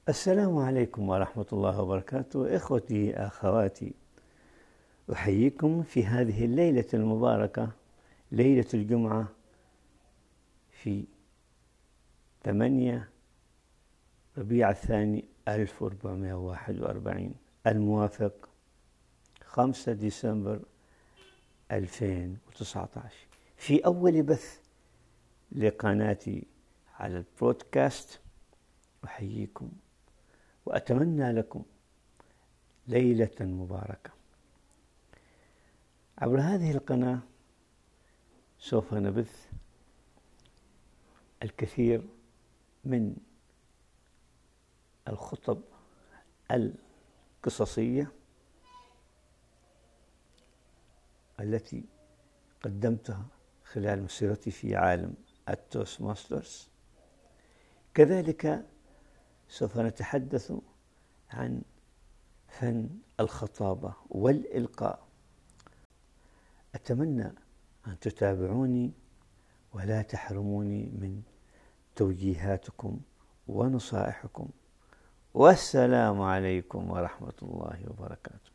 السلام عليكم ورحمة الله وبركاته. إخوتي أخواتي، أحييكم في هذه الليلة المباركة، ليلة الجمعة في 8 ربيع الثاني 1441 الموافق 5 ديسمبر 2019، في أول بث لقناتي على البرودكاست. أحييكم وأتمنى لكم ليلة مباركة. عبر هذه القناة سوف نبث الكثير من الخطب القصصية التي قدمتها خلال مسيرتي في عالم التوست ماسترز. كذلك سوف نتحدث عن فن الخطابة والإلقاء. أتمنى أن تتابعوني ولا تحرموني من توجيهاتكم ونصائحكم. والسلام عليكم ورحمة الله وبركاته.